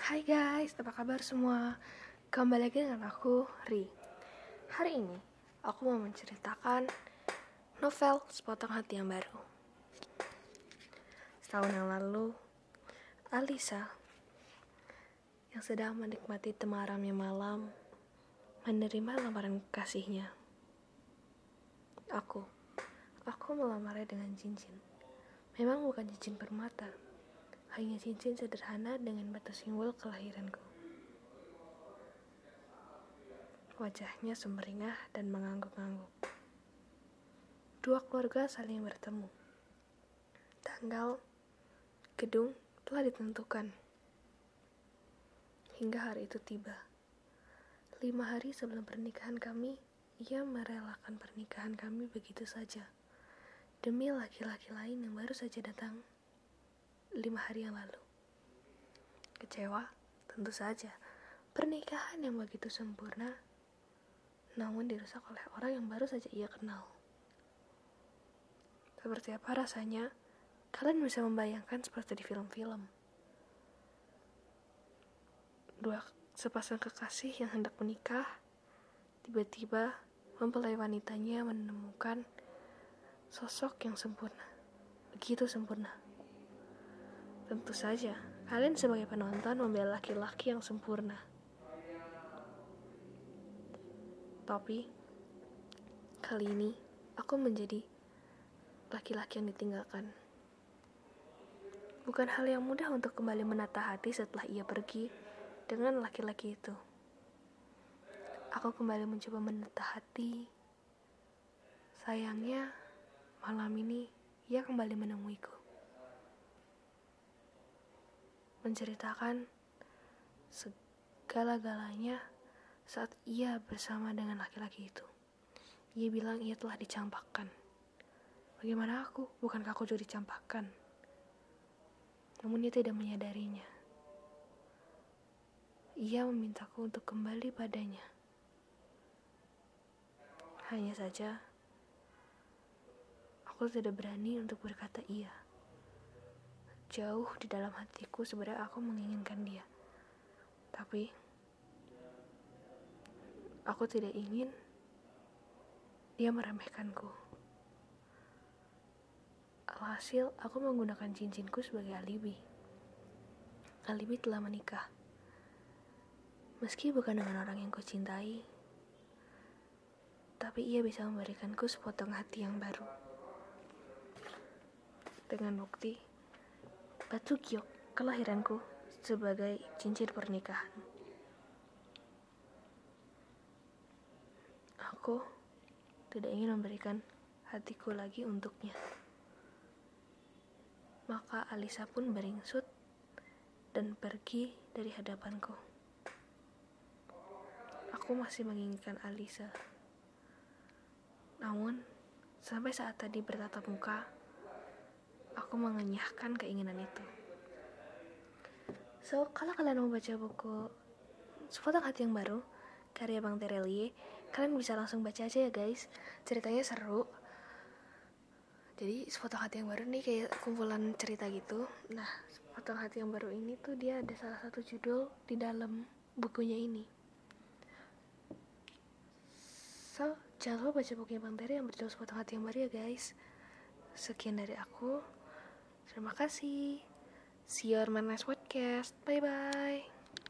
Hai guys, apa kabar semua? Kembali lagi dengan aku, Ri. Hari ini, aku mau menceritakan novel Sepotong Hati yang Baru. Setahun yang lalu, Alisa yang sedang menikmati temaramnya malam menerima lamaran kasihnya. Aku melamarnya dengan cincin. Memang bukan cincin permata, hanya cincin sederhana dengan batu simbol kelahiranku. Wajahnya sumringah dan mengangguk-angguk. Dua keluarga saling bertemu. Tanggal, gedung telah ditentukan. Hingga hari itu tiba. 5 hari sebelum pernikahan kami, ia merelakan pernikahan kami begitu saja. Demi laki-laki lain yang baru saja datang 5 hari yang lalu. Kecewa? Tentu saja. Pernikahan yang begitu sempurna, namun dirusak oleh orang yang baru saja ia kenal. Seperti apa rasanya? Kalian bisa membayangkan seperti di film-film. Dua sepasang kekasih yang hendak menikah, tiba-tiba mempelai wanitanya menemukan sosok yang sempurna. Begitu sempurna. Tentu saja, kalian sebagai penonton membela laki-laki yang sempurna. Tapi, kali ini aku menjadi laki-laki yang ditinggalkan. Bukan hal yang mudah untuk kembali menata hati setelah ia pergi dengan laki-laki itu. Aku kembali mencoba menata hati. Sayangnya, malam ini ia kembali menemuiku. Menceritakan segala-galanya saat ia bersama dengan laki-laki itu. Ia bilang ia telah dicampakkan. Bagaimana aku? Bukankah aku juga dicampakkan? Namun ia tidak menyadarinya. Ia memintaku untuk kembali padanya. Hanya saja, aku tidak berani untuk berkata iya. Jauh di dalam hatiku sebenarnya aku menginginkan dia. Tapi, aku tidak ingin dia meremehkanku. Alhasil, aku menggunakan cincinku sebagai alibi. Alibi telah menikah. Meski bukan dengan orang yang kucintai, tapi ia bisa memberikanku sepotong hati yang baru. Dengan bukti, batu giok kelahiranku sebagai cincin pernikahan. Aku tidak ingin memberikan hatiku lagi untuknya. Maka Alisa pun beringsut dan pergi dari hadapanku. Aku masih menginginkan Alisa. Namun, sampai saat tadi bertatap muka, aku mengenyahkan keinginan itu. So, kalau kalian mau baca buku Sepotong Hati yang Baru, karya Bang Terelie, kalian bisa langsung baca aja ya guys. Ceritanya seru. Jadi Sepotong Hati yang Baru nih kayak kumpulan cerita gitu. Nah, Sepotong Hati yang Baru ini tuh dia ada salah satu judul di dalam bukunya ini. So, jangan lupa baca bukunya Bang Tere yang berjudul Sepotong Hati yang Baru ya guys. Sekian dari aku. Terima kasih. See you on my next podcast. Bye bye.